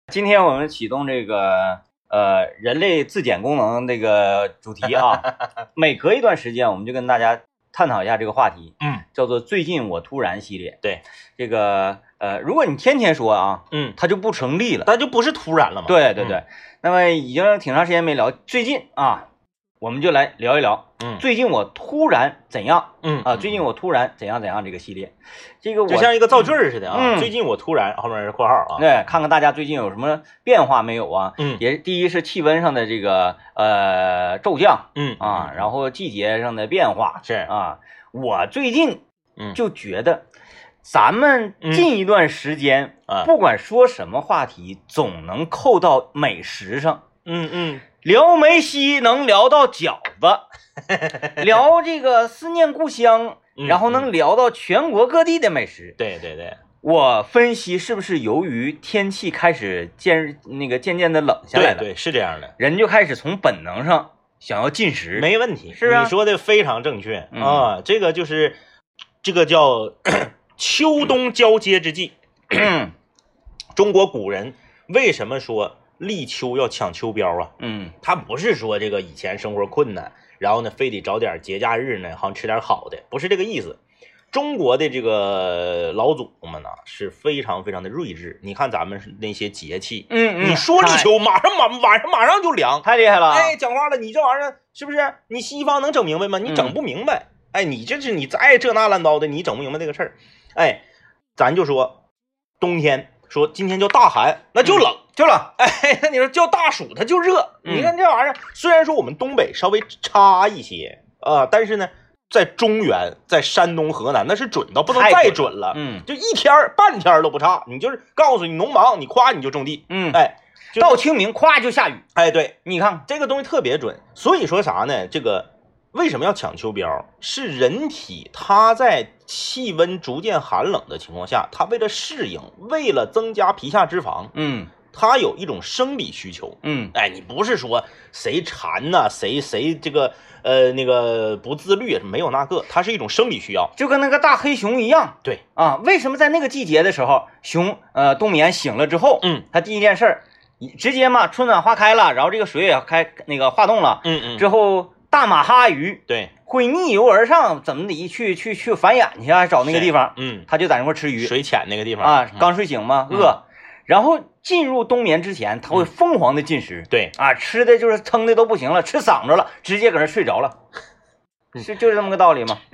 今天我们启动这个人类自检功能这个主题啊，每隔一段时间我们就跟大家探讨一下这个话题，叫做最近我突然系列。 对， 这个如果你天天说啊，它就不成立了， 它就不是突然了嘛。 对对对，那么已经挺长时间没聊，最近啊，我们就来聊一聊，最近我突然怎样，最近我突然怎样怎样这个系列，这个我就像一个造句似的啊，最近我突然后面是括号啊， 对，看看大家最近有什么变化没有啊？也第一是气温上的这个骤降，然后季节上的变化是啊，我最近就觉得咱们近一段时间不管说什么话题，总能扣到美食上，聊梅西能聊到饺子，聊这个思念故乡，然后能聊到全国各地的美食。 对对对， 我分析是不是由于天气开始渐渐的冷下来了， 对，是这样的， 人就开始从本能上想要进食。 没问题， 是啊， 你说的非常正确啊，这个就是这个叫秋冬交接之际。中国古人为什么说立秋要抢秋膘啊？他不是说这个以前生活困难，然后呢非得找点节假日呢，好像吃点好的，不是这个意思。中国的这个老祖们呢是非常非常的睿智。你看咱们那些节气，你说立秋，晚上就凉， 太厉害了。 哎，讲话了，你这玩意儿是不是？你西方能整明白吗？你整不明白。哎，你这是你再这那烂刀的，你整不明白这个事儿。哎，咱就说冬天，说今天叫大寒，那就冷。哎，那你说叫大暑，它就热。你看这玩意儿，虽然说我们东北稍微差一些但是呢，在中原，在山东、河南，那是准到不能再准了。就一天半天都不差。你就是告诉你农忙，你夸你就种地。哎， 到清明夸就下雨。 哎，对， 你看这个东西特别准。所以说啥呢？这个为什么要抢秋膘？是人体它在气温逐渐寒冷的情况下，它为了适应，为了增加皮下脂肪，它有一种生理需求。哎，你不是说谁馋呐，谁这个那个不自律，没有那个，它是一种生理需要， 就跟那个大黑熊一样。 对啊，为什么在那个季节的时候，熊冬眠醒了之后，它第一件事儿直接嘛，春暖花开了，然后这个水也开那个化冻了，之后大马哈鱼对会逆游而上，怎么的去繁衍去啊，找那个地方，它就在那块吃鱼， 水浅那个地方啊，刚睡醒嘛，饿。然后进入冬眠之前，他会疯狂的进食， 对啊，吃的就是撑的都不行了，吃嗓子了，直接搁那睡着了，就是这么个道理嘛。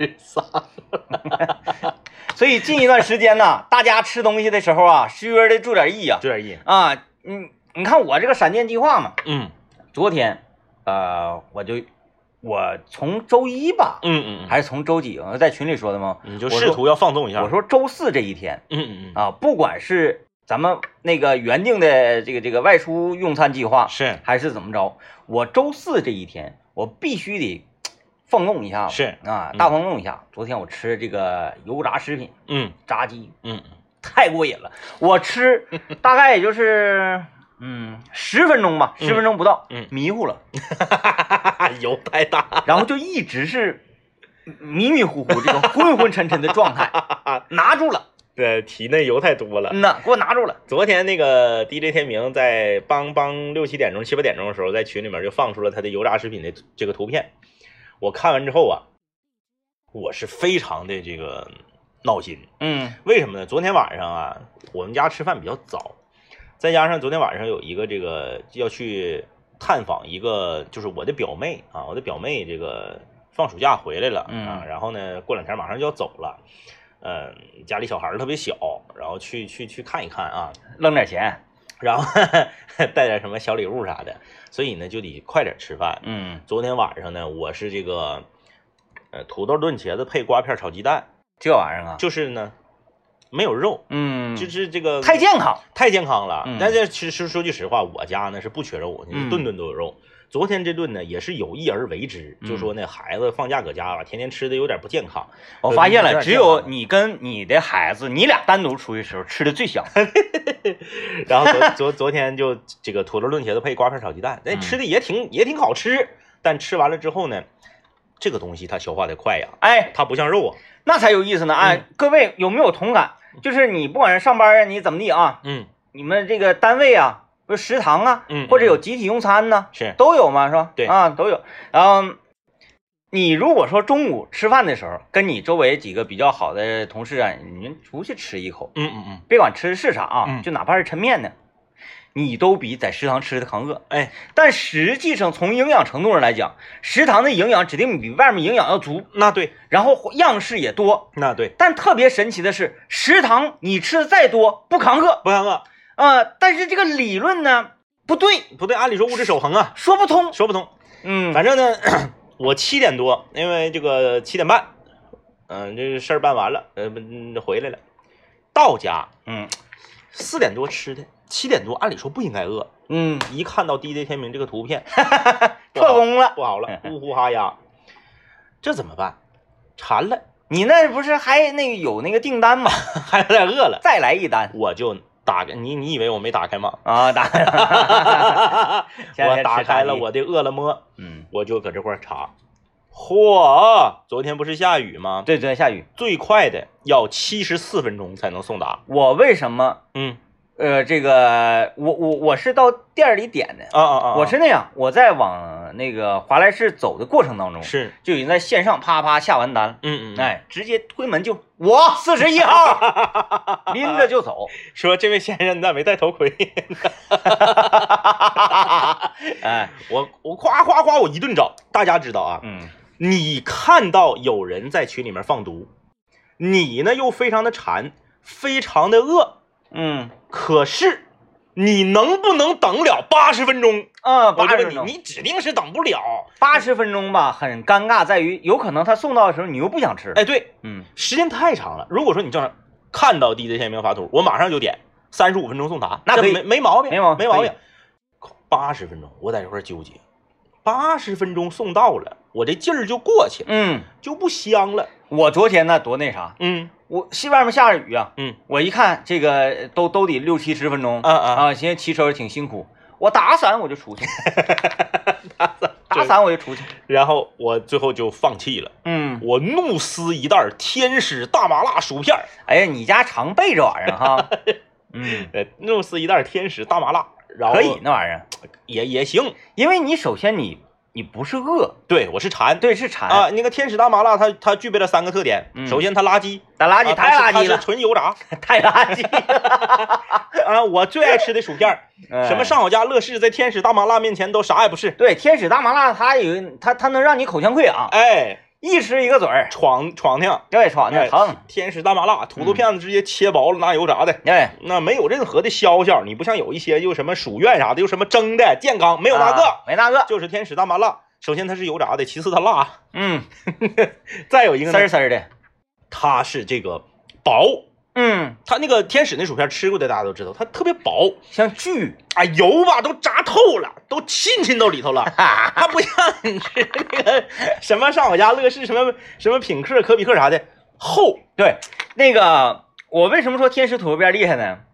所以近一段时间呢，大家吃东西的时候啊，略的注点意啊，啊，你看我这个闪电计划嘛，昨天我从周一吧，还是从周几？我在群里说的吗？ 你就试图要放纵一下。 我说周四这一天，不管是咱们那个原定的这个外出用餐计划是还是怎么着，我周四这一天我必须得放纵一下， 是啊，大放纵一下。昨天我吃这个油炸食品，炸鸡，太过瘾了。我吃大概也就是10分钟吧，10分钟不到，迷糊了， 油太大， 然后就一直是迷迷糊糊这个昏昏沉沉的状态，拿住了。 对，体内油太多了， 给我拿住了。 昨天那个 DJ 天明在帮6、7点钟、7、8点钟的时候，在群里面就放出了他的油炸食品的这个图片。我看完之后啊，我是非常的这个闹心。为什么呢？昨天晚上啊，我们家吃饭比较早，再加上昨天晚上有一个这个要去探访一个，就是我的表妹啊，我的表妹这个放暑假回来了然后呢，过2天马上就要走了。家里小孩特别小，然后去看一看啊， 扔点钱， 然后带点什么小礼物啥的，所以呢就得快点吃饭。昨天晚上呢，我是这个土豆炖茄子配瓜片炒鸡蛋， 这玩意儿啊， 就是呢没有肉，就是这个太健康了。但是其实说句实话，我家呢是不缺肉，顿顿都有肉。昨天这顿呢也是有意而为之，就说那孩子放假搁家吧，天天吃的有点不健康。 我发现了，只有你跟你的孩子，你俩单独出去的时候吃的最香。 然后昨天就这个土豆炖茄子配瓜片炒鸡蛋，吃的也挺好吃。但吃完了之后呢，这个东西它消化的快呀，它不像肉啊， 那才有意思呢。各位有没有同感？就是你不管是上班啊，你怎么地啊，你们这个单位啊， 不是食堂啊，或者有集体用餐呢， 是都有嘛，是吧？ 对啊，都有。然后你如果说中午吃饭的时候，跟你周围几个比较好的同事啊，你们出去吃一口，别管吃的是啥啊，就哪怕是抻面呢，你都比在食堂吃的扛饿。 哎， 但实际上从营养程度上来讲，食堂的营养指定比外面营养要足。 那对， 然后样式也多。 那对。 但特别神奇的是，食堂你吃的再多不扛饿， 不扛饿。 但是这个理论呢不对， 按理说物质守恒啊， 说不通。 反正呢，我7点多，因为这个7点半，这个事儿办完了，回来了，到家，4点多吃的，7点多按理说不应该饿，一看到 DJ 天明这个图片， 破功了， 不好了，呼呼哈呀，这怎么办？馋了， 你那不是还有那个订单吗？ 还有点饿了， 再来一单， 我就打开，你以为我没打开吗？ 打开了， 我打开了我的饿了么，我就搁这块查，嚯，昨天不是下雨吗？ 对，下雨， 最快的要74分钟才能送达。 我为什么？这个我是到店里点的我是那样，我在往那个华莱士走的过程当中， 是就已经在线上啪下完单，直接推门就我41号拎着就走， 说这位先生你咋没戴头盔？哎，我夸我一顿找，大家知道啊，你看到有人在群里面放毒，你呢又非常的馋，非常的饿。可是你能不能等了80分钟？ 80分钟， 你指定是等不了。 80分钟吧，很尴尬，在于有可能他送到的时候你又不想吃。 哎，对，时间太长了。如果说你正常看到 DJ 天明发图，我马上就点35分钟送达， 那可以， 没毛病， 没毛病。 80分钟，我在这块纠结，80分钟送到了，我这劲儿就过去了，就不香了。 我昨天呢多那啥，我外面下着雨啊，我一看这个都得6、70分钟，现在骑车挺辛苦，我打伞我就出去，打伞我就出去， 然后我最后就放弃了，我怒撕一袋天使大麻辣薯片。 哎呀，你家常备这玩意儿哈， 怒撕一袋天使大麻辣，然后可以那玩意儿也行， 因为你首先你不是饿， 对，我是馋， 对，是馋啊。那个天使大麻辣它具备了3个特点，首先它垃圾， 太垃圾了， 它是纯油炸， 太垃圾啊！我最爱吃的薯片，什么上好佳、乐事，在天使大麻辣面前都啥也不是。 对，天使大麻辣它能让你口腔溃疡， 哎， 一吃一个嘴儿， 闯听， 对，闯听疼。 天使大麻辣，土豆片子直接切薄了拿油炸的，那没有任何的消消，你不像有一些又什么薯苑啥的，又什么蒸的健康，没有那个， 没那个， 就是天使大麻辣。首先它是油炸的，其次它辣，再有一个丝丝的， 它是这个薄，它那个天使那薯片吃过的大家都知道，它特别薄， 像锯， 油吧都炸透了，都沁到里头了，它不像你吃那个什么上好佳、乐事、什么品客、可比克啥的厚。 对，那个我为什么说天使土豆片厉害呢？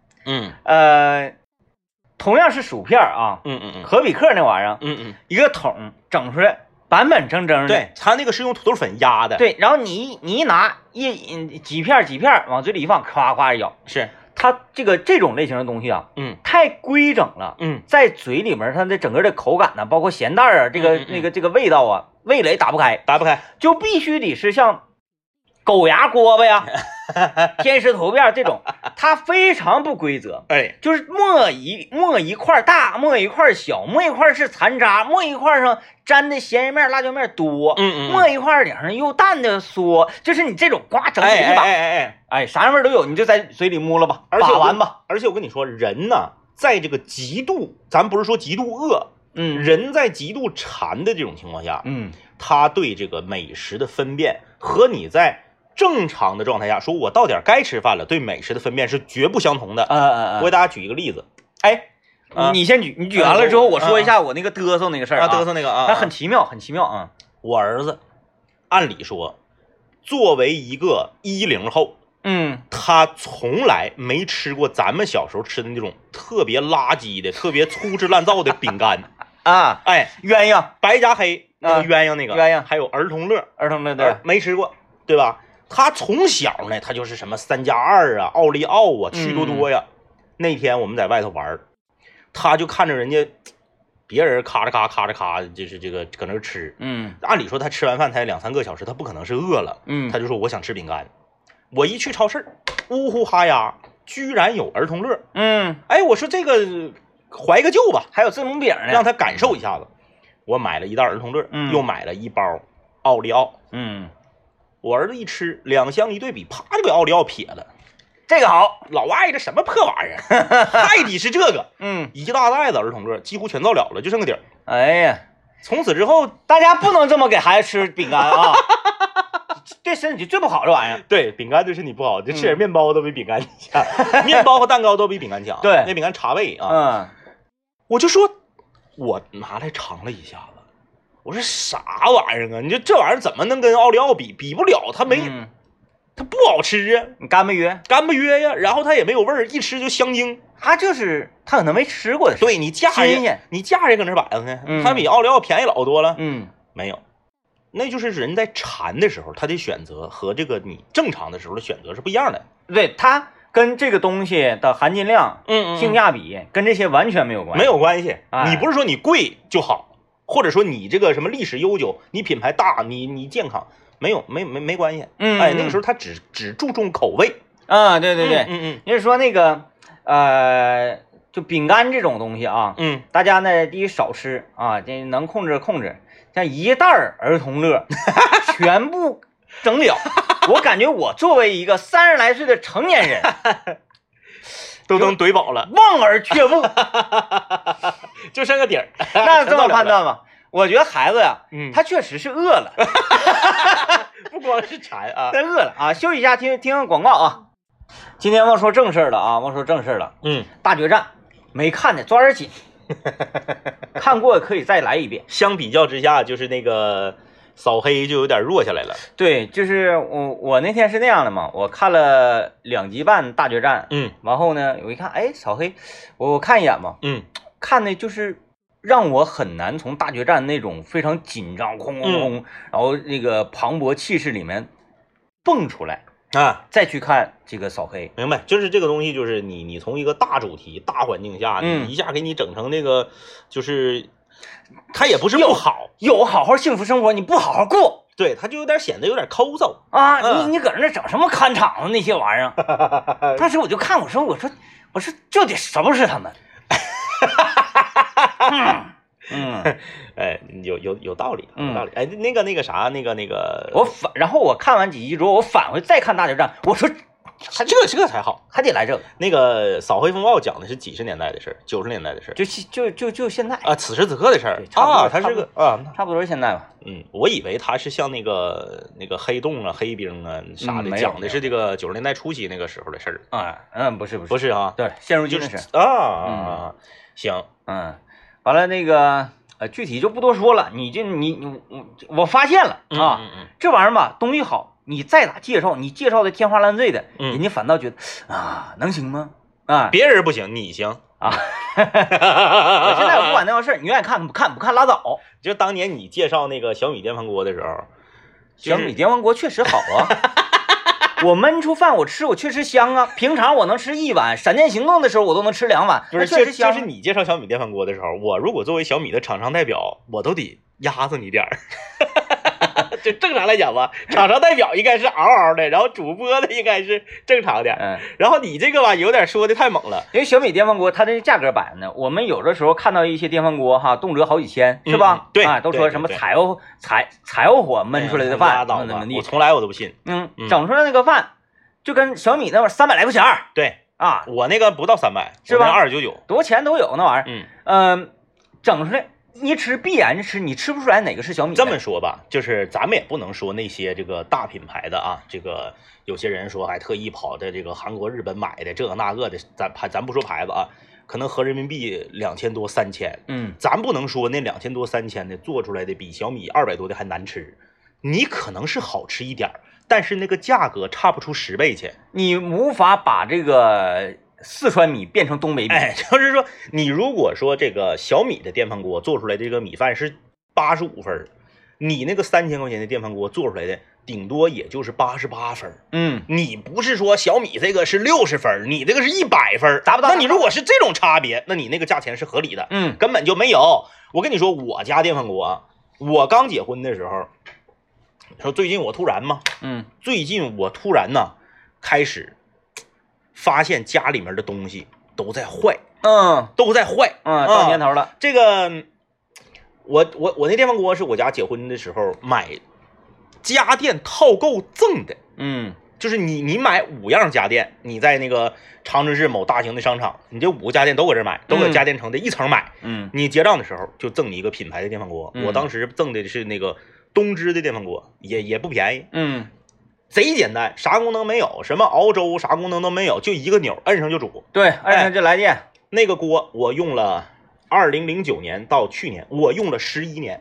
同样是薯片啊，可比克那玩意儿，一个桶整出来板板正正的， 对，它那个是用土豆粉压的， 对，然后你一拿几片往嘴里一放，夸夸咬， 是它这种类型的东西啊，太规整了，在嘴里面它的整个的口感呢，包括咸淡啊，这个味道啊，味蕾打不开，就必须得是像狗牙锅巴呀。天使土豆片这种，它非常不规则，就是末一块大，末一块小，末一块是残渣，末一块上沾的咸盐面、辣椒面多，末一块顶上又淡的缩，就是你这种呱整起一把，啥样味都有，你就在嘴里摸了吧，把玩吧。 而且我跟你说，人呢，在这个极度，咱不是说极度饿，人在极度馋的这种情况下，他对这个美食的分辨和你在正常的状态下说我到点该吃饭了，对美食的分辨是绝不相同的。我给大家举一个例子， 你先举，你举完了之后我说一下我那个嘚瑟那个事儿啊， 嘚瑟那个它很奇妙啊。 我儿子按理说作为一个10后，他从来没吃过咱们小时候吃的那种特别垃圾的、特别粗制滥造的饼干啊，鸳鸯白加黑那个鸳鸯那个鸳鸯， 还有儿童乐对， 没吃过，对吧？他从小呢，他就是什么3+2啊、奥利奥啊、趣多多呀。那天我们在外头玩， 他就看着人家别人咔嚓咔，就是这个搁那吃，按理说他吃完饭才2-3个小时，他不可能是饿了，他就说我想吃饼干。我一去超市，呜呼哈呀，居然有儿童乐，哎，我说这个怀个旧吧， 还有字母饼呢， 让他感受一下子。我买了一袋儿童乐，又买了1包奥利奥，我儿子一吃，2相一对比，啪就给奥利奥撇了。 这个好， 老外这什么破玩意儿，还得是这个，一大袋子儿童乐几乎全造了了，就剩个底儿。 哎呀， 从此之后， 大家不能这么给孩子吃饼干啊。对身体最不好这玩意儿， 对饼干对身体不好，就吃点面包都比饼干强，面包和蛋糕都比饼干强。 对， 那饼干茶味啊。我就说，我拿来尝了一下子，我说啥玩意儿啊？你这玩意儿怎么能跟奥利奥比？比不了，它没，它不好吃啊。 你干不约？ 干不约呀。然后它也没有味儿，一吃就香精。 它就是它可能没吃过的， 对你价钱搁那摆着呢，它比奥利奥便宜老多了。没有。那就是人在馋的时候，他的选择和这个你正常的时候的选择是不一样的。 对，它跟这个东西的含金量、性价比跟这些完全没有关系。 没有关系，你不是说你贵就好，或者说你这个什么历史悠久，你品牌大，你健康，没关系。哎，那个时候他只注重口味啊。对，你是说那个就饼干这种东西啊，大家呢第一少吃啊，这能控制。像一袋儿童乐全部整了，我感觉我作为一个30来岁的成年人都能怼饱了， 望而却步， 就剩个底儿。 那这么判断吧，我觉得孩子呀，他确实是饿了， 不光是馋啊， 他饿了啊。休息一下，听广告啊。今天忘说正事了啊，大决战没看的抓点紧。看过可以再来一遍。 相比较之下，就是那个扫黑就有点弱下来了。 对，就是我那天是那样的嘛，我看了2集半大决战，然后呢，我一看，哎，扫黑，我看一眼嘛，看的就是让我很难从大决战那种非常紧张，轰轰轰，然后那个磅礴气势里面蹦出来。再去看这个扫黑， 明白？就是这个东西，就是你从一个大主题、大环境下，你一下给你整成那个，就是它也不是不好， 有好好幸福生活，你不好好过， 对，它就有点显得有点抠搜啊。你搁那整什么看场子那些玩意儿？当时我就看，我说这得收拾他们。 哎，有道理，有道理。哎，那个啥，那个， 然后我看完几集之后，我返回再看大决战，我说这才好， 还得来这个。 那个扫黑风暴讲的是几十年代的事儿，90年代的事儿， 就现在啊，此时此刻的事儿啊，它是个差不多是现在吧。 我以为它是像那个黑洞啊、黑冰啊啥的，讲的是这个90年代初期那个时候的事儿。不是啊， 对，现如今的事啊。行， 完了那个具体就不多说了。我发现了啊，这玩意儿吧，东西好，你再咋介绍，你介绍的天花乱坠的，人家反倒觉得啊，能行吗？啊， 别人不行，你行啊。我现在我不管那回事，你愿意看不看拉倒。 就当年你介绍那个小米电饭锅的时候， 小米电饭锅确实好啊。我焖出饭我吃，我确实香啊。平常我能吃1碗，闪电行动的时候我都能吃2碗， 不是确实香。 就是你介绍小米电饭锅的时候，我如果作为小米的厂商代表，我都得压着你点儿。就正常来讲吧，厂商代表应该是嗷嗷的，然后主播的应该是正常点。然后你这个吧，有点说的太猛了。 因为小米电饭锅它这价格摆呢，我们有的时候看到一些电饭锅哈，动辄好几千，是吧？ 对啊，都说什么柴油火焖出来的饭，怎么地？ 我从来我都不信。 整出来那个饭就跟小米那玩意儿300来块钱。 对啊， 我那个不到300， 是吧 ？299， 多少钱都有那玩意儿。整出来。一吃必然吃，你吃不出来哪个是小米。 这么说吧，就是咱们也不能说那些这个大品牌的啊，这个有些人说还特意跑的这个韩国、日本买的这个那个的，咱不说牌子啊，可能合人民币2000多3000。咱不能说那2000多3000的做出来的比小米200多的还难吃，你可能是好吃一点，但是那个价格差不出10倍去， 你无法把这个四川米变成东北米。 就是说你如果说这个小米的电饭锅做出来这个米饭是85分，你那个3000块钱的电饭锅做出来的顶多也就是88分。你不是说小米这个是60分，你这个是100分， 达不到。 那你如果是这种差别，那你那个价钱是合理的。根本就没有。我跟你说，我家电饭锅，我刚结婚的时候，说最近我突然嘛，最近我突然呢开始发现家里面的东西都在坏，都在坏， 到年头了。 这个我那电饭锅是我家结婚的时候买家电套购赠的，就是你买5样家电，你在那个长春市某大型的商场，你这5个家电都搁这买，都搁家电城的一层买，你结账的时候就赠你一个品牌的电饭锅，我当时赠的是那个东芝的电饭锅，也不便宜，贼简单，啥功能没有，什么熬粥啥功能都没有，就一个钮摁上就煮， 对，摁上就来电。 那个锅我用了2009年到去年，我用了11年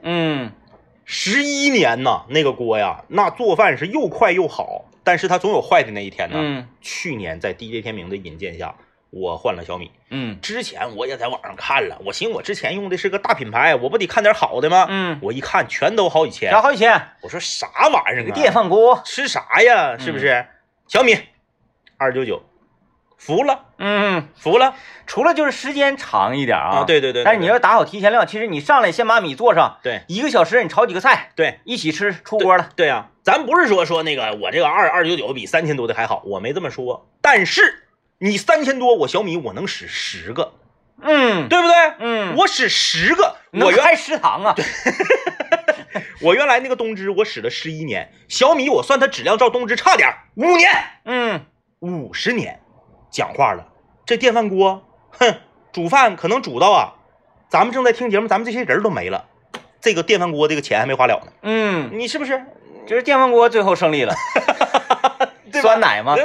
，11年呐，那个锅呀，那做饭是又快又好，但是它总有坏的那一天呢。去年在 DJ 天明的引荐下，我换了小米。之前我也在网上看了，我寻思我之前用的是个大品牌，我不得看点好的吗？我一看全都好几千， 好几千。 我说啥玩意儿啊？ 电饭锅吃啥呀？是不是？小米299，服了。服了。 除了就是时间长一点啊， 对。 但是你要打好提前量，其实你上来先把米做上， 对 ，1个小时你炒几个菜， 对， 一起吃出锅了。 对啊，咱不是说那个我这个299比3000多的还好，我没这么说。但是你3000多，我小米我能使10个，对不对？我使10个， 我开食堂啊。 我原来那个东芝我使了11年，小米我算它质量照东芝差点5年，50年。讲话了，这电饭锅，煮饭可能煮到啊，咱们正在听节目，咱们这些人都没了，这个电饭锅这个钱还没花了呢。你是不是？ 就是电饭锅最后胜利了。酸奶吗？ 这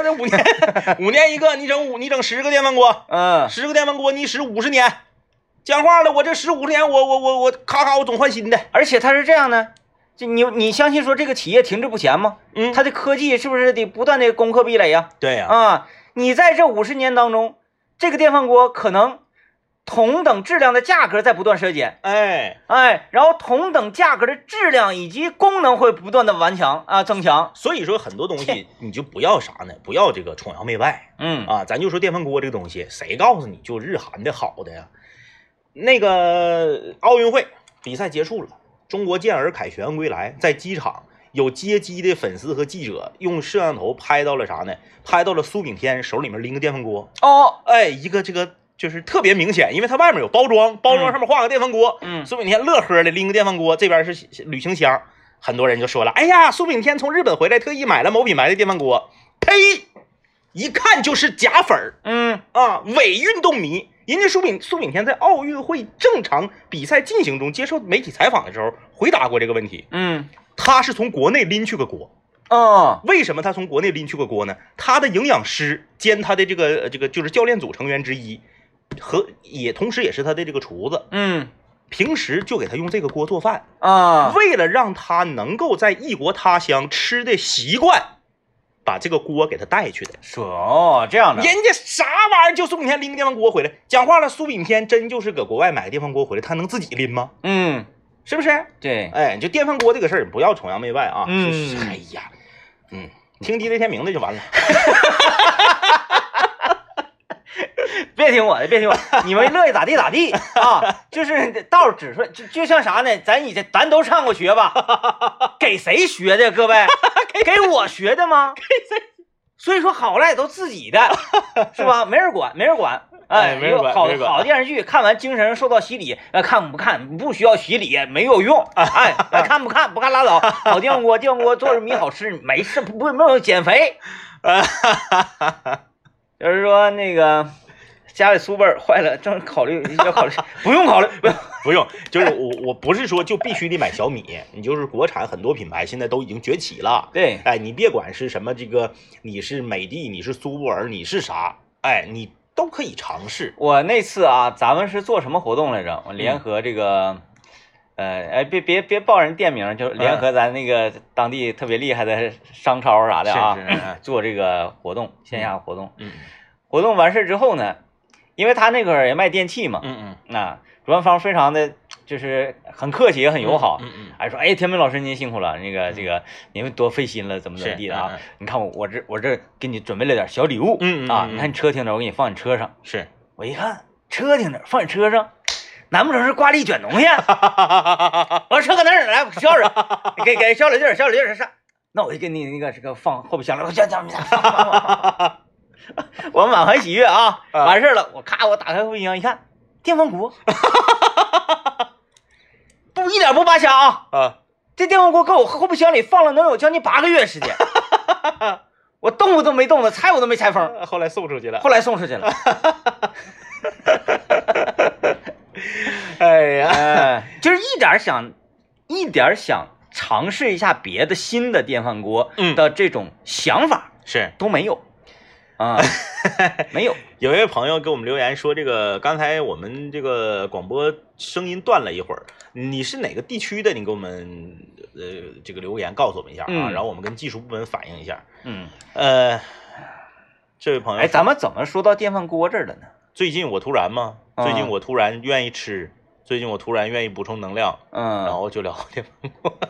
5年一个，你整10个电饭锅，10个电饭锅你使50年。讲话了，我这使50年，我咔咔我总换新的。 而且它是这样的，就你相信说这个企业停滞不前吗？它的科技是不是得不断的攻克壁垒呀？ 对呀。 你在这50年当中，这个电饭锅可能同等质量的价格在不断削减，然后同等价格的质量以及功能会不断的增强。 所以说很多东西你就不要啥呢？不要这个崇洋媚外。咱就说电饭锅这个东西，谁告诉你就日韩的好的呀？那个奥运会比赛结束了，中国健儿凯旋归来，在机场。有接机的粉丝和记者用摄像头拍到了啥呢？拍到了苏炳添手里面拎个电饭锅。一个这个就是特别明显，因为它外面有包装上面画个电饭锅。苏炳添乐呵的拎个电饭锅，这边是旅行箱。很多人就说了，哎呀，苏炳添从日本回来特意买了某品牌的电饭锅。呸！一看就是假粉儿。伪运动迷。人家苏炳添在奥运会正常比赛进行中接受媒体采访的时候回答过这个问题。他是从国内拎去个锅。为什么他从国内拎去个锅呢？他的营养师兼他的这个就是教练组成员之一，同时也是他的这个厨子。平时就给他用这个锅做饭为了让他能够在异国他乡吃的习惯，把这个锅给他带去的。 这样的。 人家啥玩意儿就苏炳添拎个电饭锅回来，讲话了，苏炳添真就是搁国外买个电饭锅回来，他能自己拎吗？是不是？ 对。 就电饭锅这个事儿不要崇洋媚外啊。哎呀，听 DJ 天明的就完了。 别听我的，你们乐意咋地咋地啊！就是道指出，就像啥呢？咱都上过学吧？给谁学的，各位？给我学的吗？ 给谁？ 所以说好赖都自己的，是吧？没人管。 没人管。 好电视剧看完精神受到洗礼，看不看不需要洗礼，没有用。看不看拉倒。好电饭锅做着米好吃，没事，不用减肥。就是说那个家里书本坏了，正考虑，不用考虑， 不用。就是我不是说就必须得买小米，你就是国产很多品牌现在都已经崛起了。 对， 你别管是什么这个，你是美的，你是苏泊尔，你是啥，你都可以尝试。 我那次啊，咱们是做什么活动来着？我联合这个，别报人店名，就联合咱那个当地特别厉害的商超啥的啊，做这个活动，线下活动。活动完事之后呢，因为他那个也卖电器嘛，那主办方非常的就是很客气也很友好，还说哎，天明老师您辛苦了，那个这个你们多费心了，怎么地的啊？你看我这给你准备了点小礼物，你看你车停哪，我给你放你车上。 是我一看车停哪，放你车上，难不成是挂历卷东西？我说车搁哪儿来？小点，给小点上。那我就给你那个这个放后备箱了，我我满怀喜悦啊！完事了，我打开后备箱一看，电饭锅，不一点不扒瞎啊！这电饭锅搁我后备箱里放了能有将近8个月时间，我动都没动的，拆我都没拆封。 后来送出去了。哎呀， 就是一点想尝试一下别的新的电饭锅的这种想法是都没有啊，没有。 有一位朋友给我们留言说，这个刚才我们这个广播声音断了一会儿，你是哪个地区的？你给我们这个留言告诉我们一下啊，然后我们跟技术部门反映一下。这位朋友， 哎，咱们怎么说到电饭锅这儿了呢？ 最近我突然愿意吃，最近我突然愿意补充能量，然后就聊电饭锅。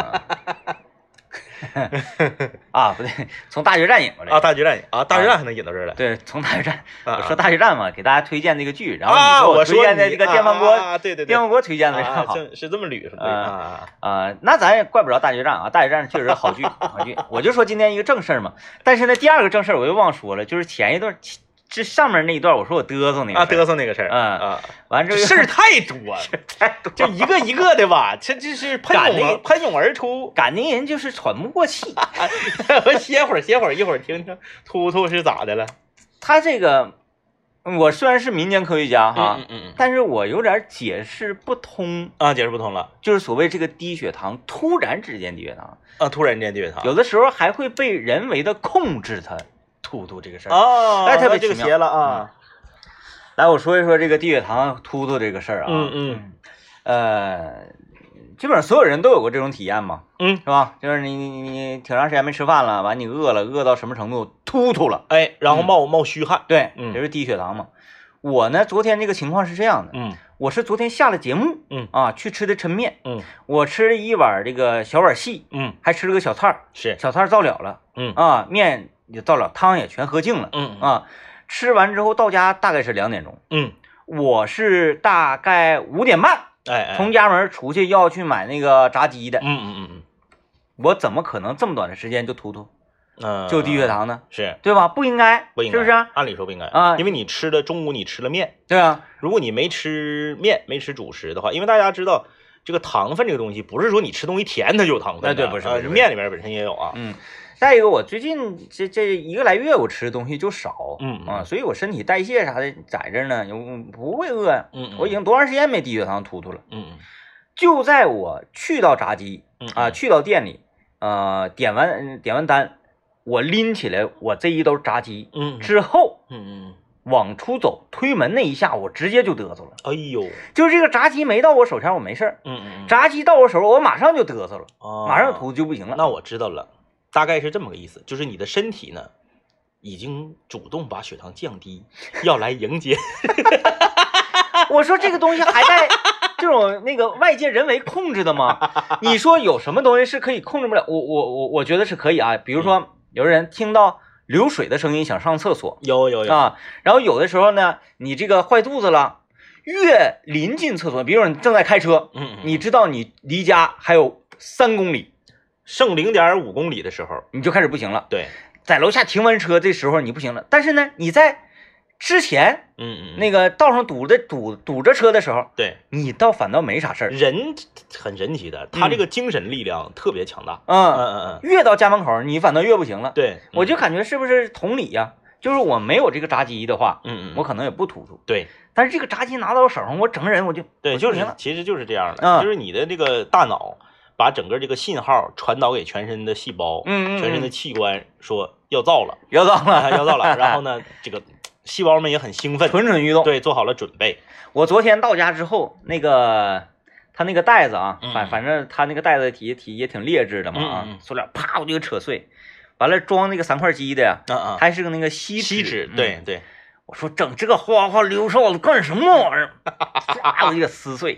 啊，不对，从大决战引过来啊，大决战还能引到这儿来。 对，从大决战，我说大决战嘛，给大家推荐这个剧，然后你说我推荐的这个电饭锅， 对， 电饭锅推荐的是这么捋那咱也怪不着大决战啊，大决战确实好剧，好剧。我就说今天一个正事儿嘛，但是呢，第二个正事儿我又忘说了，就是前一段。这上面那一段我说我嘚瑟那个嘚瑟那个事儿， 完这事儿太多，就一个一个的吧，这是喷涌而出， 感情人就是喘不过气。 我歇会儿，一会儿听听突突是咋的了。 他这个，我虽然是民间科学家哈，但是我有点解释不通啊，解释不通了， 就是所谓这个低血糖，突然之间低血糖啊，突然之间低血糖， 有的时候还会被人为的控制它。突突这个事儿哦， 特别这个邪了啊！ 来，我说一说这个低血糖突突这个事儿啊。基本上所有人都有过这种体验嘛，是吧？就是你挺长时间没吃饭了，完你饿到什么程度突突了， 哎，然后冒虚汗， 对，这是低血糖嘛。我呢，昨天这个情况是这样的，我是昨天下了节目，去吃的抻面，我吃了一碗这个小碗细，还吃了个小菜， 是小菜造了了，面。也到了，汤也全喝净了，吃完之后到家大概是2点钟，我是大概5点半，从家门出去要去买那个炸鸡的，我怎么可能这么短的时间就突突，就低血糖呢？ 是对吧？不应该，是不是？ 按理说不应该啊，因为你中午你吃了面， 对啊， 如果你没吃面，没吃主食的话，因为大家知道这个糖分这个东西不是说你吃东西甜它就有糖分， 对，不是， 面里面本身也有啊， 再一个，我最近这1个来月我吃的东西就少，所以我身体代谢啥的在这呢，不会饿呀，我已经多长时间没低血糖突突了，就在我去到炸鸡去到店里，点完单，我拎起来我这一兜炸鸡，之后，往出走，推门那一下，我直接就嘚瑟了。 哎呦， 就是这个炸鸡没到我手前我没事儿，炸鸡到我手我马上就嘚瑟了，马上突就不行了。 那我知道了。大概是这么个意思，就是你的身体呢，已经主动把血糖降低，要来迎接。 我说这个东西还带这种那个外界人为控制的吗？你说有什么东西是可以控制不了？我觉得是可以啊。比如说有人听到流水的声音想上厕所， 有啊。然后有的时候呢，你这个坏肚子了，越临近厕所，比如说你正在开车，你知道你离家还有3公里。 剩0.5公里的时候， 你就开始不行了。 对， 在楼下停完车，这时候你不行了。但是呢，你在之前，那个道上堵着车的时候， 对， 你反倒没啥事儿。 人很神奇的，他这个精神力量特别强大。 越到家门口，你反倒越不行了。 对， 我就感觉是不是同理呀？就是我没有这个炸鸡的话，我可能也不突突。 对， 但是这个炸鸡拿到手上，我整个人我就对，就是其实就是这样的，就是你的这个大脑。把整个这个信号传导给全身的细胞，全身的器官，说要造了， 要造了。 然后呢，这个细胞们也很兴奋， 蠢蠢欲动， 对，做好了准备。 我昨天到家之后，那个他那个袋子啊，反正他那个袋子体也挺劣质的嘛塑料啪我就给扯碎，完了装那个3块鸡的呀，还是个那个锡纸， 对， 我说整这个哗哗流哨子干什么玩意儿？唰我就给撕碎。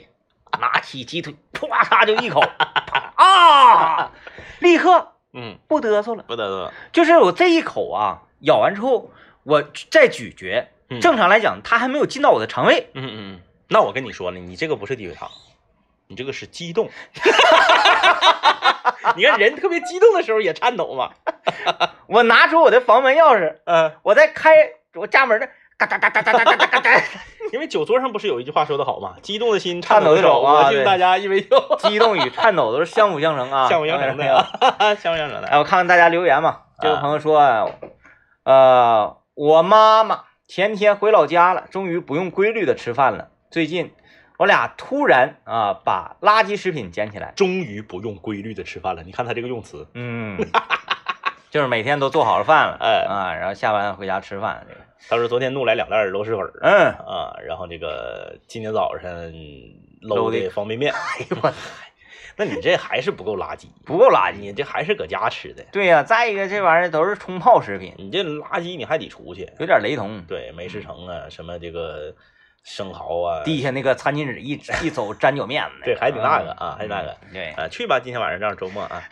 拿起鸡腿，啪嚓就一口啊，立刻不嘚瑟了， 不嘚瑟， 就是我这一口啊，咬完之后我再咀嚼，正常来讲它还没有进到我的肠胃。 那我跟你说了，你这个不是低血糖，你这个是激动。你看人特别激动的时候也颤抖嘛。 我拿出我的房门钥匙，我在开我家门的，嘎哒哒哒哒哒哒哒哒。 因为酒桌上不是有一句话说的好吗？激动的心， 颤抖的手啊！ 我敬大家一杯酒。 激动与颤抖都是相辅相成啊， 相辅相成的呀，相辅相成的。 哎，我看看大家留言嘛。这位朋友说，我妈妈前天回老家了，终于不用规律的吃饭了。最近我俩突然把垃圾食品捡起来， 终于不用规律的吃饭了。你看他这个用词， 就是每天都做好了饭了，然后下班回家吃饭。这个他说昨天弄来2袋螺蛳粉，然后这个今天早上搂的方便面。哎呦我，那你这还是不够垃圾， 不够垃圾， 你这还是搁家吃的。 对呀，再一个这玩意儿都是冲泡食品， 你这垃圾你还得出去， 有点雷同。 对，美食城啊，什么这个生蚝啊， 地下那个餐巾纸一走沾脚面子， 对，还得那个还得那个， 对去吧，今天晚上正好周末啊。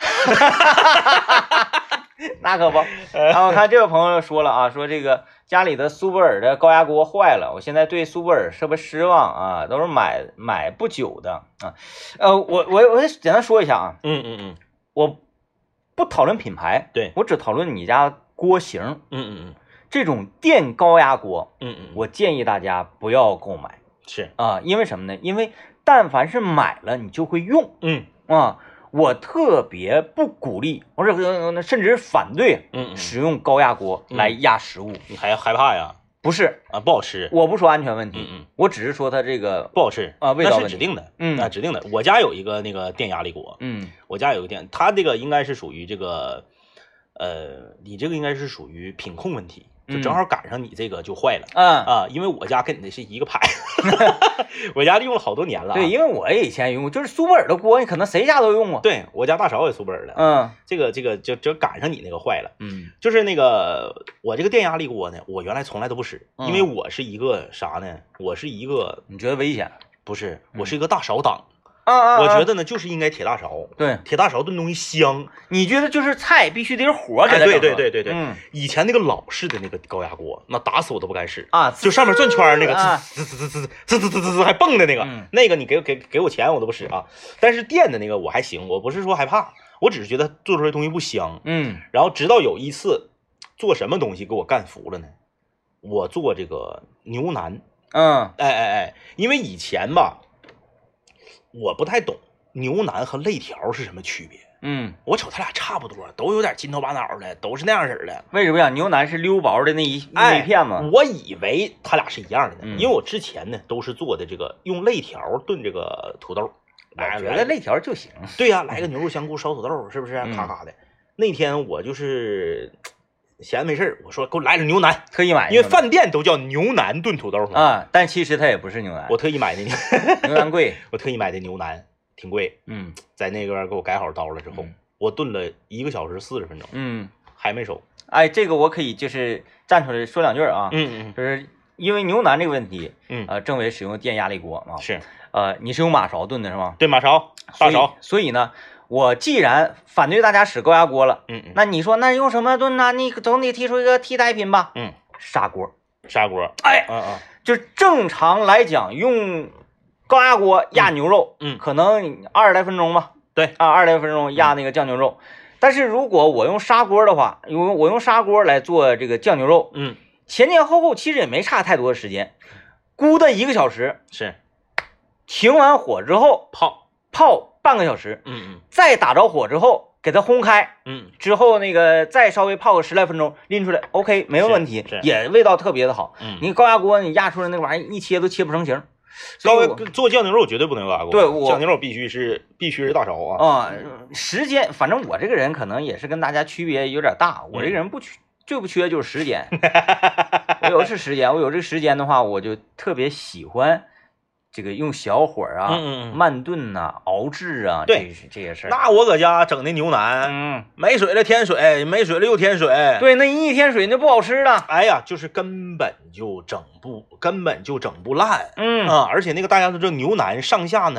那可不。然后我看这位朋友说了啊，说这个家里的苏泊尔的高压锅坏了，我现在对苏泊尔特别失望啊，都是买不久的啊。我简单说一下啊，我不讨论品牌， 对， 我只讨论你家锅型，这种电高压锅，我建议大家不要购买， 是啊，因为什么呢？因为但凡是买了你就会用，我特别不鼓励，或者甚至反对，使用高压锅来压食物。 你还害怕呀？ 不是啊，不好吃。 我不说安全问题，我只是说它这个不好吃啊，味道那是指定的，指定的。我家有一个那个电压力锅，我家有个电，它这个应该是属于这个，你这个应该是属于品控问题。就正好赶上你这个就坏了，因为我家跟你的是一个牌，我家用了好多年了。 对，因为我也以前用过，就是苏泊尔的锅，你可能谁家都用过。 对，我家大嫂也苏泊尔的，这个就赶上你那个坏了，就是那个我这个电压力锅呢，我原来从来都不使，因为我是一个啥呢？我是一个你觉得危险？ 不是，我是一个大勺党。我觉得呢，就是应该铁大勺， 对， 铁大勺炖东西香。 你觉得就是菜必须得是火给它整？ 对，以前那个老式的那个高压锅，那打死我都不敢使啊！ 就上面转圈那个，滋还蹦的那个，那个你给我钱我都不使啊。但是电的那个我还行，我不是说害怕，我只是觉得做出来东西不香。然后直到有一次做什么东西给我干服了呢？我做这个牛腩，因为以前吧。我不太懂牛腩和肋条是什么区别，我瞅他俩差不多，都有点金头巴脑的，都是那样式的。 为什么呀？牛腩是溜薄的那一片吗？ 我以为他俩是一样的呢，因为我之前呢都是做的这个用肋条炖这个土豆， 我觉得肋条就行。 对呀，来个牛肉香菇烧土豆，是不是？咔咔的。那天我就是闲没事我说给我来点牛腩， 特意买， 因为饭店都叫牛腩炖土豆嘛。但其实它也不是牛腩， 我特意买的牛腩贵， 我特意买的牛腩挺贵。在那边给我改好刀了之后，我炖了1个小时40分钟，还没熟。 哎，这个我可以就是站出来说两句啊，就是因为牛腩这个问题，政委使用电压力锅啊， 是， 你是用马勺炖的是吗？ 对，马勺，大勺。 所以呢。我既然反对大家使高压锅了，那你说那用什么炖呢？你总得提出一个替代品吧？砂锅，哎，就正常来讲，用高压锅压牛肉，可能20来分钟吧。 对啊，20来分钟压那个酱牛肉。但是如果我用砂锅的话，我用砂锅来做这个酱牛肉，前后其实也没差太多的时间，咕的1个小时， 是， 停完火之后泡半个小时，再打着火之后给它烘开，之后那个再稍微泡个10来分钟，拎出来 ，OK， 没有问题，也味道特别的好。你高压锅你压出来那个玩意儿一切都切不成形。 做酱牛肉绝对不能用高压锅， 对， 酱牛肉必须是大勺啊。时间，反正我这个人可能也是跟大家区别有点大，我这个人最不缺就是时间，我有这时间的话，我就特别喜欢。这个用小火啊，慢炖呐，熬制啊， 对这些事儿。 那我搁家整的牛腩，没水了添水，没水了又添水。 对，那一添水那不好吃了。 哎呀，就是根本就整不烂。而且那个大家都知道牛腩上下呢，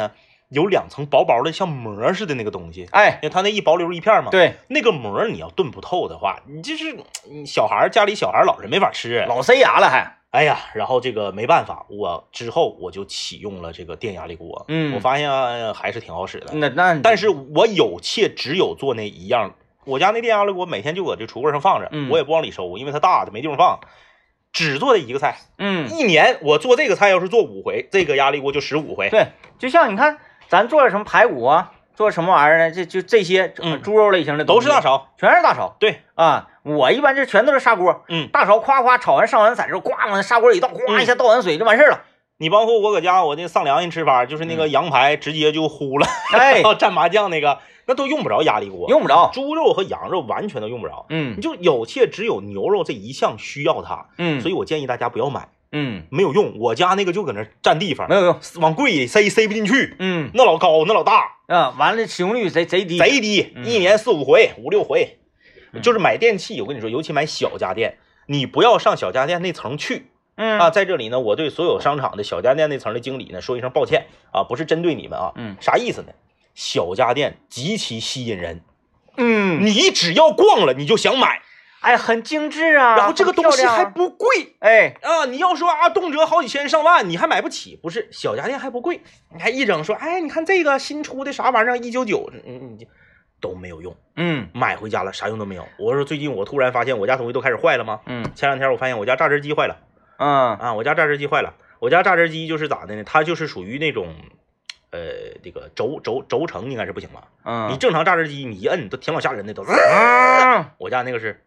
有2层薄薄的像膜似的那个东西， 哎， 因为它那一薄溜一片嘛， 对， 那个膜你要炖不透的话，你就是小孩家里小孩老人没法吃， 老塞牙了还。 哎呀，然后这个没办法，之后我就启用了这个电压力锅，我发现还是挺好使的。但是我只有做那一样，我家那电压力锅每天就搁这橱柜上放着，我也不往里收，因为它大，它没地方放。只做这一个菜，一年我做这个菜要是做5回，这个压力锅就15回。 对，就像你看，咱做什么排骨啊，做什么玩意儿呢？这些猪肉类型的都是大勺， 全是大勺。 对啊，我一般这全都是砂锅，大勺夸夸炒完上完色之后，呱往砂锅里倒，哗一下倒完水就完事了。 你包括我搁家，我那上良心吃法，就是那个羊排直接就糊了，哎，蘸麻酱那个。那都用不着压力锅， 用不着。 猪肉和羊肉完全都用不着。你就只有牛肉这一项需要它。所以我建议大家不要买。没有用。我家那个就搁那占地方， 没有用， 往柜里塞不进去。那老高，那老大。 完了使用率贼低， 贼低，一年4、5回、5、6回。就是买电器，我跟你说，尤其买小家电，你不要上小家电那层去。在这里呢，我对所有商场的小家电那层的经理呢说一声抱歉啊，不是针对你们啊。啥意思呢？小家电极其吸引人，你只要逛了你就想买， 哎，很精致啊， 然后这个东西还不贵， 哎你要说动辄好几千上万，你还买不起，不是小家电还不贵，你还一整说，哎，你看这个新出的啥玩意儿199，都没有用，买回家了啥用都没有。我说最近我突然发现我家东西都开始坏了吗？前2天我发现我家榨汁机坏了，我家榨汁机坏了，我家榨汁机就是咋的呢？它就是属于那种。这个轴承应该是不行了。你正常榨汁机你一摁都挺老吓人的，都我家那个是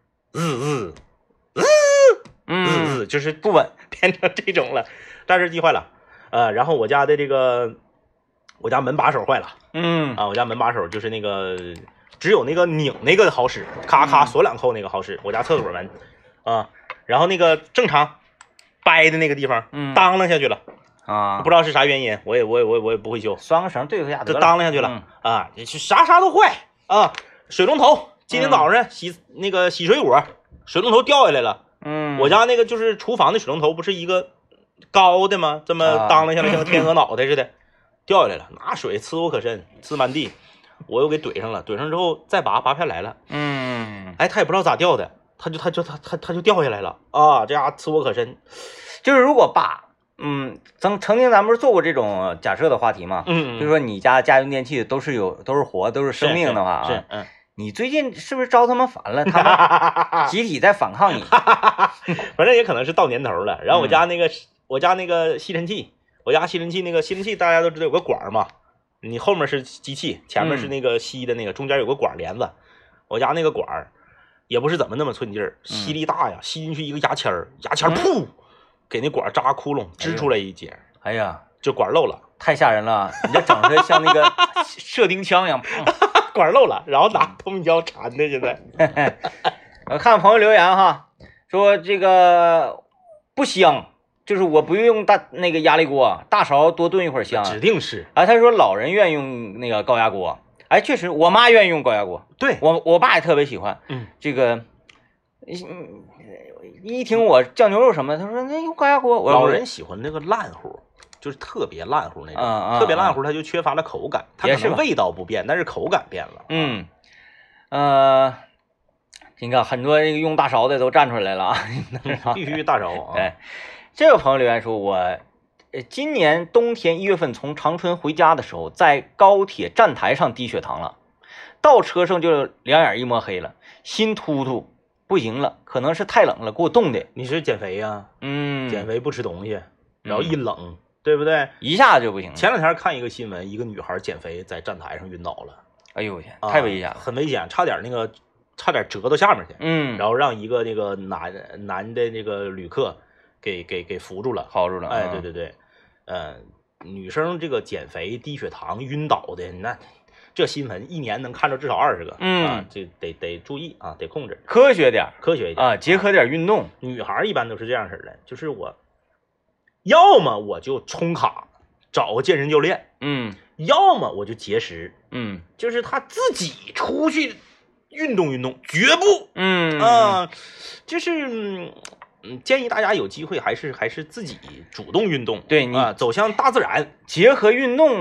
就是不稳，变成这种了。榨汁机坏了，然后我家门把手坏了，我家门把手就是那个只有那个拧那个好使，咔咔锁2扣那个好使。我家厕所门然后那个正常掰的那个地方当啷下去了。不知道是啥原因，我也不会修， 拴个绳对付下， 就当了下去了。啥都坏啊！水龙头今天早上洗水果，水龙头掉下来了。我家那个就是厨房的水龙头，不是一个高的吗？这么当了下来，像个天鹅脑袋似的，掉下来了。拿水呲我可深，呲满地，我又给怼上了。怼上之后再拔不下来了。哎，他也不知道咋掉的，他就掉下来了啊！这家呲我可深， 就是如果拔。曾经咱们不是做过这种假设的话题吗？就是说你家家用电器都是活都是生命的话啊，你最近是不是招他们烦了？他们集体在反抗你。 反正也可能是到年头了。然后我家那个吸尘器，那个吸尘器大家都知道有个管嘛，你后面是机器，前面是那个吸的那个，中间有个管帘子。我家那个管也不是怎么那么寸劲儿，吸力大呀，吸进去一个牙签噗。给那管扎窟窿，支出来一截， 哎呀， 就管漏了， 太吓人了！你这整的像那个射钉枪一样， 管漏了，然后拿透明胶缠的。现在， 我看朋友留言哈，说这个不香，就是我不用那个压力锅，大勺多炖一会儿香， 指定是。 他说老人愿意用那个高压锅，哎，确实，我妈愿意用高压锅， 对我爸也特别喜欢，这个。一听我酱牛肉什么的，他说那用高压锅。 老人喜欢那个烂乎，就是特别烂乎那种，特别烂乎，它就缺乏了口感。它可能味道不变，但是口感变了。你看很多用大勺的都站出来了啊， 必须大勺啊。 哎，这个朋友留言说，我今年冬天1月份从长春回家的时候，在高铁站台上低血糖了，到车上就两眼一抹黑了，心突突。不行了，可能是太冷了，给我冻的。 你是减肥呀？减肥不吃东西，然后一冷，对不对？ 一下就不行了。 前2天看一个新闻，一个女孩减肥在站台上晕倒了。 哎呦我天，太危险了， 很危险，差点折到下面去。然后让一个那个男的那个旅客给扶住了， 薅住了。 哎，对，女生这个减肥低血糖晕倒的那。这新闻1年能看着至少20个，这得注意啊，得控制， 科学一点啊， 结合点运动。 女孩一般都是这样式的，就是我要么我就充卡找个健身教练，要么我就节食，就是他自己出去运动，绝不，就是建议大家有机会还是自己主动运动， 对你走向大自然， 结合运动。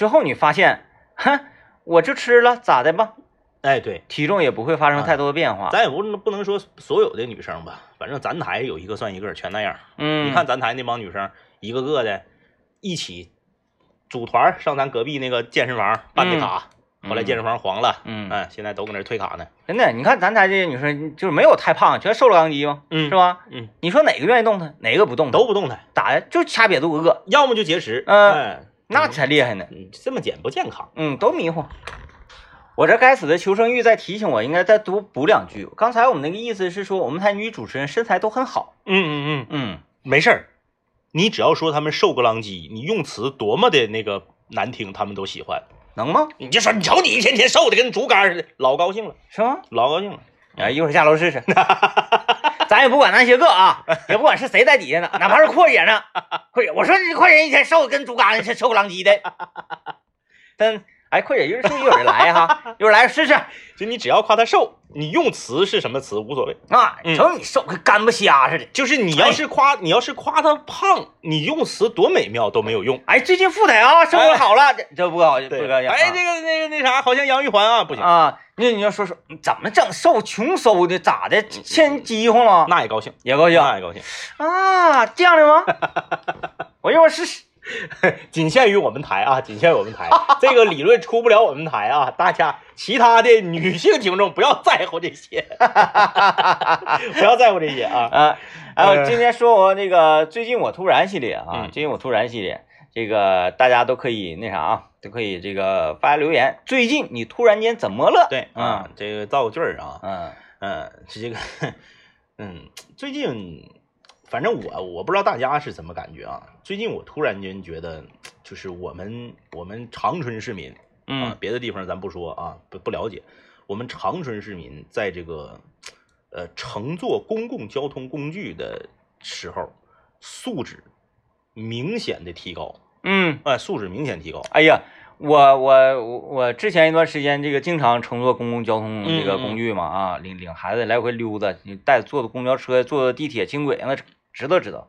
之后你发现，我就吃了，咋的吧？ 哎，对， 体重也不会发生太多的变化。 咱也不能说所有的女生吧，反正咱台有一个算一个，全那样。你看咱台那帮女生，一个个的，一起组团上咱隔壁那个健身房办的卡。后来健身房黄了，现在都搁那退卡呢。 真的，你看咱台这些女生就是没有太胖，全瘦了钢肌嘛，是吧？你说哪个愿意动弹，哪个不动弹？ 都不动弹， 咋的？就掐瘪肚饿， 要么就节食， 那才厉害呢。 这么减不健康， 都迷糊。我这该死的求生欲在提醒我，应该再多补2句。刚才我们那个意思是说，我们台女主持人身材都很好。 没事儿，你只要说她们瘦个啷叽，你用词多么的那个难听，她们都喜欢。 能吗？ 你就说你瞅你一天天瘦的跟竹竿似的，老高兴了， 是吗？ 老高兴了。 一会儿下楼试试。咱也不管那些个啊，也不管是谁在底下呢，哪怕是阔姐呢，阔姐，我说这阔姐一天瘦的跟竹竿似的，瘦个啷叽的。但阔姐一会儿来哈，一会儿来试试。 就你只要夸她瘦，你用词是什么词无所谓啊。瞅你瘦跟干巴虾似的。 就是你要是夸她胖，你用词多美妙都没有用。 最近富态啊，生活好了，这不高兴，不高兴。 这个那啥，好像杨玉环啊，不行啊。你要说怎么整瘦穷瘦的，咋的？欠饥荒了？ 那也高兴， 也高兴， 那也高兴啊！这样的吗？我一会儿试试。 仅限于我们台啊，仅限于我们台，这个理论出不了我们台啊！大家其他的女性听众不要在乎这些，不要在乎这些啊！ 今天说我这个最近我突然系列啊，最近我突然系列，这个大家都可以那啥啊，都可以这个发留言。最近你突然间怎么了？ 对这个造个句儿啊，这个最近。反正我不知道大家是怎么感觉啊？最近我突然间觉得，就是我们长春市民别的地方咱不说啊，不了解，我们长春市民在这个乘坐公共交通工具的时候，素质明显的提高。素质明显提高。 哎呀，我之前一段时间这个经常乘坐公共交通这个工具嘛领孩子来回溜达，你带坐的公交车、坐的地铁、轻轨，那知道。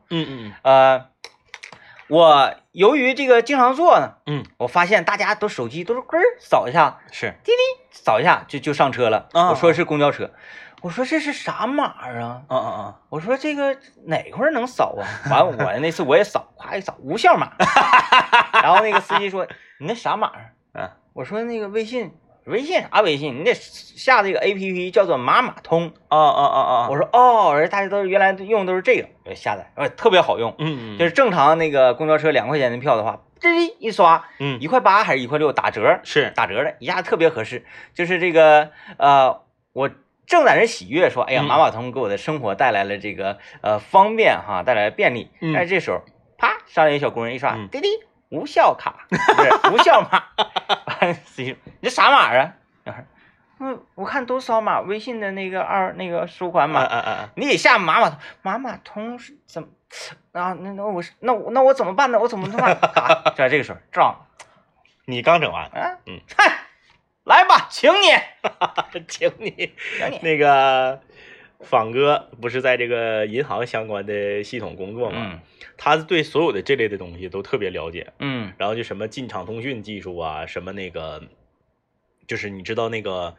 我由于这个经常坐呢，我发现大家都手机都是扫一下， 是滴滴扫一下就上车了。我说是公交车，我说这是啥码啊？我说这个哪块能扫啊？完我那次我也扫，夸一扫无效码。然后那个司机说你那啥码我说那个微信啥微信？你得下这个 APP 叫做马通。我说大家都原来用都是这个，我下载，特别好用。就是正常那个公交车2块钱的票的话，这一刷，1.8块还是1.6块打折， 是打折的，一下特别合适。就是这个我正在这喜悦说，哎呀，马通给我的生活带来了这个方便哈，带来了便利。但是这时候啪上来一小工人一刷，滴滴。无效卡，不是无效码。你这啥码啊？我看都扫码，微信的那个收款码。你得下马通是怎么啊？那我怎么办呢？我怎么办？卡在这个时候撞， 你刚整完来吧，请你， 请你。那个仿哥不是在这个银行相关的系统工作吗？他对所有的这类的东西都特别了解。然后就什么进场通讯技术啊，什么那个，就是你知道那个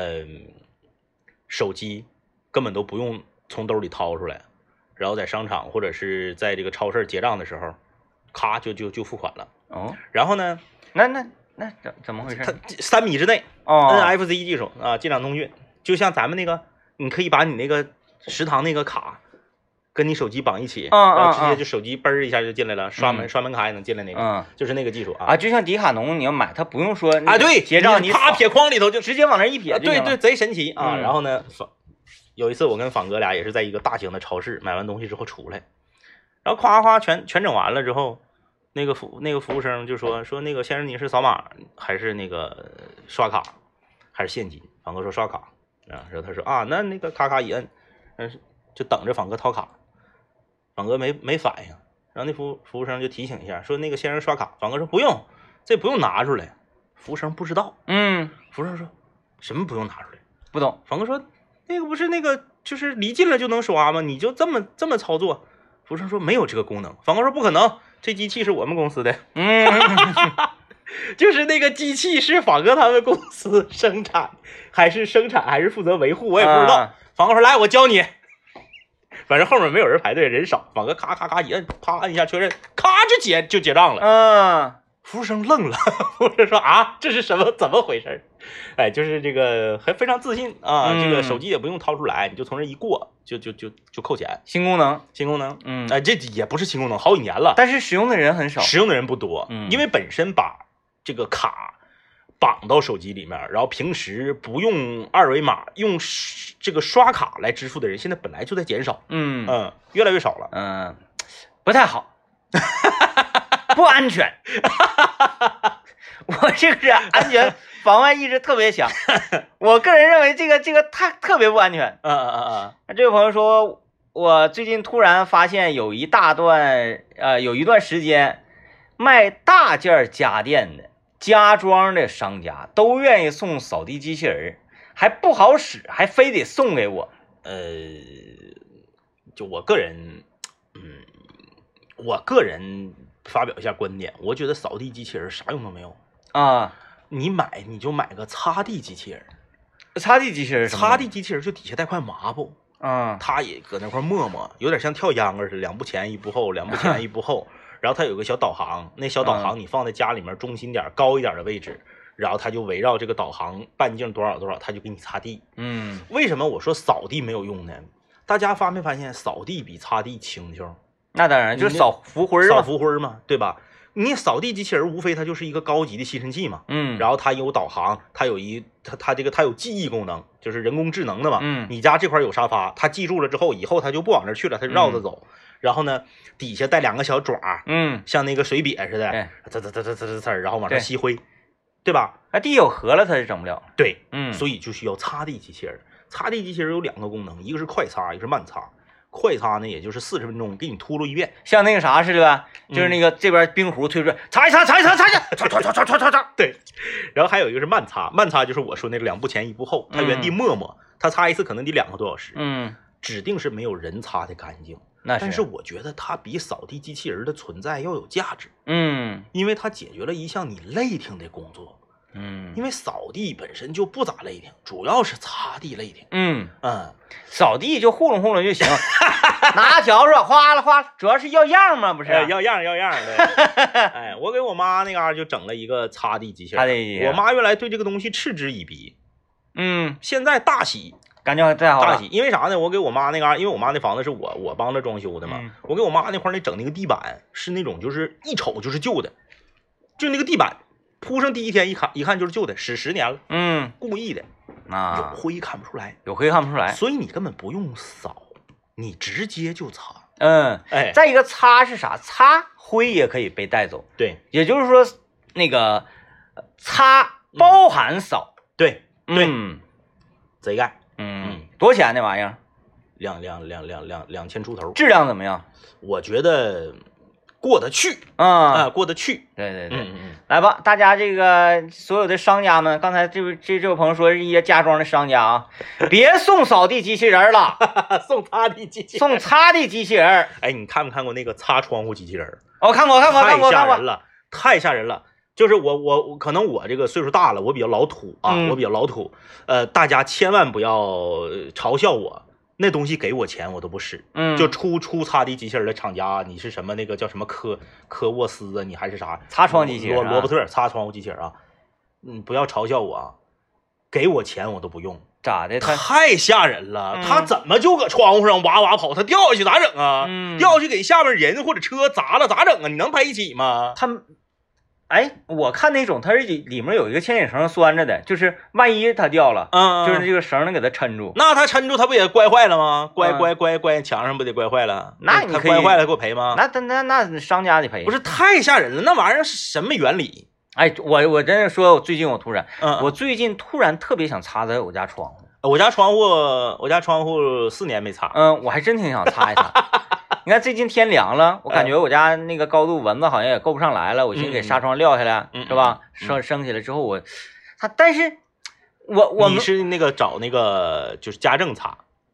手机根本都不用从兜里掏出来，然后在商场或者是在这个超市结账的时候，咔就付款了。然后呢， 那怎么回事？ 它3米之内NFC 技术啊，进场通讯，就像咱们那个，你可以把你那个食堂那个卡跟你手机绑一起，然后直接就手机嘣一下就进来了，刷门卡也能进来那个，就是那个技术啊。 就像迪卡侬你要买，它不用说对， 结账你啪撇框里头就直接往那一撇， 对，贼神奇啊。然后呢，有一次我跟仿哥俩也是在一个大型的超市买完东西之后出来，然后夸全整完了之后，那个服务生就说那个先生你是扫码还是那个刷卡还是现金？仿哥说刷卡然后他说那个咔一摁，就等着仿哥掏卡。仿哥没反应，然后那服务生就提醒一下，说那个先生刷卡。仿哥说不用，这不用拿出来。服务生不知道，服务生说什么不用拿出来？ 不懂。 仿哥说那个不是那个就是离近了就能刷吗？你就这么操作。服务生说没有这个功能。仿哥说不可能，这机器是我们公司的。 就是那个机器是仿哥他们公司生产还是负责维护，我也不知道。仿哥说来我教你，反正后面没有人排队，人少，仿哥咔咔咔一摁，啪按一下确认，咔就结账了。服务生愣了，服务生说啊，这是什么？怎么回事？哎，就是这个还非常自信啊，这个手机也不用掏出来，你就从这一过就扣钱。 新功能， 哎，这也不是新功能，好几年了， 但是使用的人很少， 使用的人不多，因为本身把这个卡绑到手机里面，然后平时不用二维码，用这个刷卡来支付的人，现在本来就在减少，越来越少了， 不太好。不安全，我这个人安全防范意识特别强，我个人认为这个特别不安全。这位朋友说，我最近突然发现有一段时间，卖大件家电的家装的商家都愿意送扫地机器人，还不好使，还非得送给我。 就我个人发表一下观点，我觉得扫地机器人啥用都没有啊！ 你就买个擦地机器人， 擦地机器人， 擦地机器人就底下带块抹布，他也搁那块抹，有点像跳秧歌似的，两步前一步后，两步前一步后。然后它有个小导航，那小导航你放在家里面中心点高一点的位置，然后它就围绕这个导航半径多少，它就给你擦地。为什么我说扫地没有用呢？大家发没发现扫地比擦地轻巧？ 那当然，就是扫浮灰嘛，对吧？你扫地机器人无非它就是一个高级的吸尘器嘛，然后它有导航，它有记忆功能，就是人工智能的嘛，你家这块有沙发，它记住了之后，以后它就不往那去了，它绕着走，然后呢，底下带两个小爪，像那个水瘪似的，然后往上吸灰，对吧？ 地有河了它是整不了， 对，所以就需要擦地机器人。擦地机器人有两个功能，一个是快擦，一个是慢擦。快擦呢，也就是40分钟给你秃噜一遍， 像那个啥似的吧，就是那个这边冰壶推出来，擦一擦， 对。然后还有一个是慢擦，慢擦就是我说那个两步前一步后，它原地抹，它擦一次可能得2个多小时，指定是没有人擦的干净。但是我觉得它比扫地机器人的存在要有价值，因为它解决了一项你累挺的工作。因为扫地本身就不咋累挺，主要是擦地累挺。 扫地就糊弄糊弄就行，拿笤帚哗啦哗啦，主要是要样嘛，不是？ 要样的。哎，我给我妈那嘎就整了一个擦地机器人，我妈原来对这个东西嗤之以鼻，现在大喜， 感觉太好了。 大喜，因为啥呢？我给我妈那嘎，因为我妈那房子是我帮着装修的嘛，我给我妈那块那整那个地板是那种就是一瞅就是旧的，就那个地板。铺上第一天一看就是旧的，使10年了，故意的，有灰看不出来，所以你根本不用扫，你直接就擦， 再一个擦是啥？擦灰也可以被带走， 对， 也就是说那个擦包含扫， 对，贼干， 多少钱那玩意儿 ？2000出头， 质量怎么样？ 我觉得。过得去过得去， 对，来吧，大家这个所有的商家们，刚才这位朋友说是一些家装的商家啊，别送扫地机器人了， 送擦地机器人， 送擦地机器人。 哎，你看没看过那个擦窗户机器人？ 我看过， 太吓人了。就是我可能我这个岁数大了，我比较老土啊，大家千万不要嘲笑我。那东西给我钱我都不使，就出擦地机器人的厂家，你是什么那个叫什么科沃斯啊，你还是啥擦窗机器人， 罗伯特擦窗户机器人啊，不要嘲笑我啊，给我钱我都不用， 咋的？ 太吓人了，他怎么就搁窗户上哇哇跑？他掉下去咋整啊？掉下去给下面人或者车砸了咋整啊？你能赔起吗？ 我看那种它是里面有一个牵引绳拴着的，就是万一它掉了，就是这个绳能给它抻住。 那它抻住它不也乖坏了吗？乖墙上不得乖坏了？ 那你可以乖坏了给我赔吗？ 那商家得赔。 不是太吓人了，那玩意儿是什么原理？ 我真是说，我最近突然特别想擦在我家窗户。 我家窗户4年没擦。 我还真挺想擦一擦。你看最近天凉了，我感觉我家那个高度蚊子好像也够不上来了，我先给纱窗撂下来，是吧？升起来之后但是我你是那个找那个就是家政擦，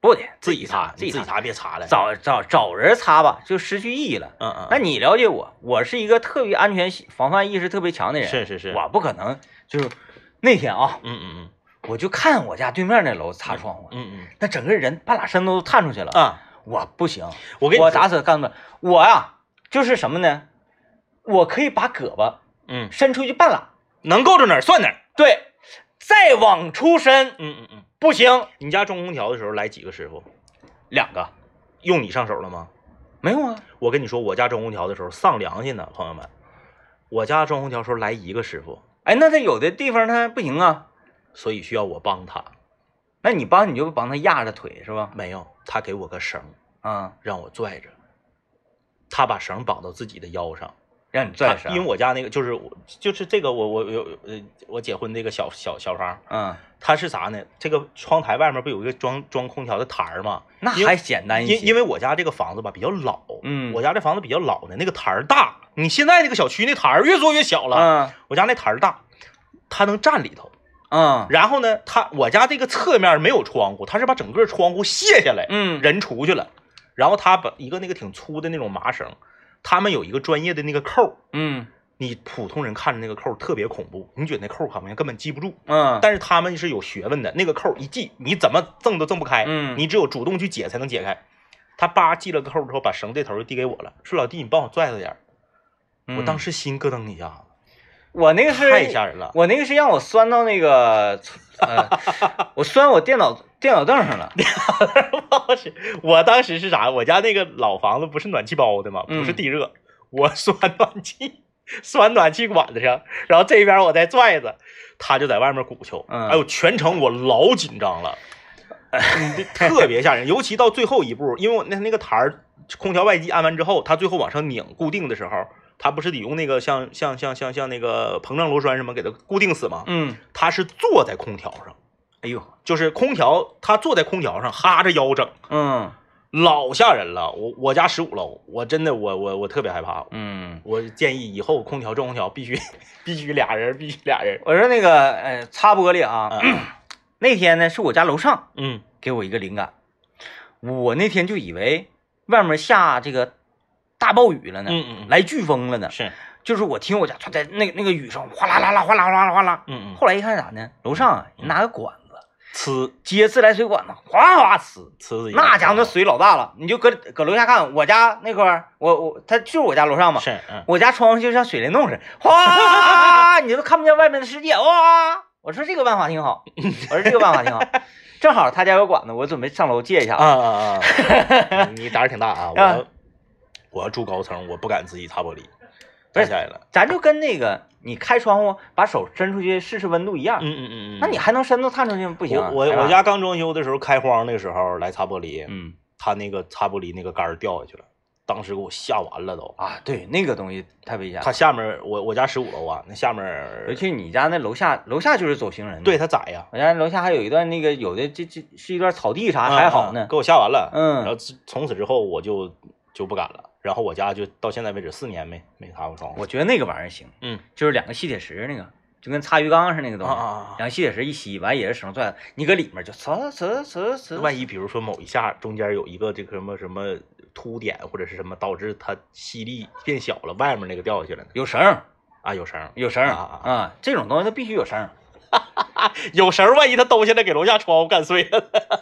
不得自己擦， 自己擦别擦了， 找人擦吧，就失去意义了。那你了解我是一个特别安全防范意识特别强的人， 是， 我不可能就是那天啊，我就看我家对面那楼擦窗户，那整个人半拉身都探出去了啊， 我不行， 我打死干不了，我呀就是什么呢？我可以把胳膊伸出去半拉， 能够着哪儿算哪儿， 对，再往出伸，不行。 你家装空调的时候来几个师傅 ？2个。 用你上手了吗？ 没有啊。 我跟你说，我家装空调的时候丧良心的朋友们，我家装空调时候来1个师傅。 哎，那他有的地方他不行啊， 所以需要我帮他。 那你就帮他压着腿是吧？ 没有，他给我个绳让我拽着，他把绳绑到自己的腰上， 让你拽绳。 因为我家那个就是这个我结婚这个小房，它是啥呢？这个窗台外面不有一个装空调的台儿吗？ 那还简单一些。 因为我家这个房子吧比较老，我家这房子比较老的那个台儿大，你现在那个小区那台儿越做越小了，我家那台儿大，它能站里头。然后呢，我家这个侧面没有窗户，他是把整个窗户卸下来，人出去了，然后他把一个那个挺粗的那种麻绳，他们有一个专业的那个扣，你普通人看着那个扣特别恐怖，你觉得那扣好像根本系不住，但是他们是有学问的，那个扣一系，你怎么挣都挣不开，你只有主动去解才能解开。他叭系了个扣之后，把绳这头就递给我了，说老弟，你帮我拽着点。我当时心咯噔一下子。 我那个是太吓人了， 我那个是让我拴到那个，我拴我电脑凳上了。 我当时是啥？我家那个老房子不是暖气包的吗？不是地热，我拴暖气管子上，然后这边我再拽着，他就在外面鼓秋。哎呦，全程我老紧张了，特别吓人。尤其到最后一步，因为我那个台儿空调外机安完之后，它最后往上拧固定的时候。他不是得用那个像那个膨胀螺栓什么给它固定死吗？他是坐在空调上，哎呦，就是空调，他坐在空调上哈着腰整，老吓人了。我家15楼，我真的我特别害怕，我建议以后空调装空调必须俩人。 我说那个擦玻璃啊，那天呢是我家楼上，给我一个灵感，我那天就以为外面下这个。大暴雨了呢，来飓风了呢，就是我听我家在那个雨声哗啦啦啦哗啦哗啦哗啦，后来一看啥呢？楼上拿个管子，接自来水管子，哗哗呲，那家伙那水老大了，你就搁楼下看，我家那块儿，他就是我家楼上嘛，我家窗户就像水帘洞似的，哗，你都看不见外面的世界，哇！我说这个办法挺好，正好他家有管子，我准备上楼借一下你胆儿挺大啊，我要住高层，我不敢自己擦玻璃，太吓人了。 咱就跟那个你开窗户把手伸出去试试温度一样，那你还能伸到探出去吗？不行。 我家刚装修的时候开荒那个时候来擦玻璃，他那个擦玻璃那个杆掉下去了，当时给我吓完了都啊！对，那个东西太危险了。 它下面我家15楼啊，那下面尤其你家那楼下就是走行人， 对，它窄呀。 我家楼下还有一段那个有的这是一段草地啥还好呢， 给我吓完了。然后从此之后我就不敢了。然后我家就到现在为止4年没擦过窗户。 我觉得那个玩意儿行，就是2个吸铁石那个，就跟擦鱼缸似的那个东西，2个吸铁石一吸，完也是绳拽，你搁里面就呲。 万一比如说某一下中间有一个这个什么凸点或者是什么，导致它吸力变小了，外面那个掉下去了呢？ 有绳啊，有绳啊，这种东西它必须有绳， 有绳，万一它兜下来给楼下窗户干碎了，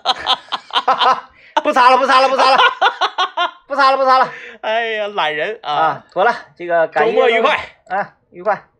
不擦了。不擦了， 哎呀，懒人啊！妥了，这个周末愉快啊，愉快。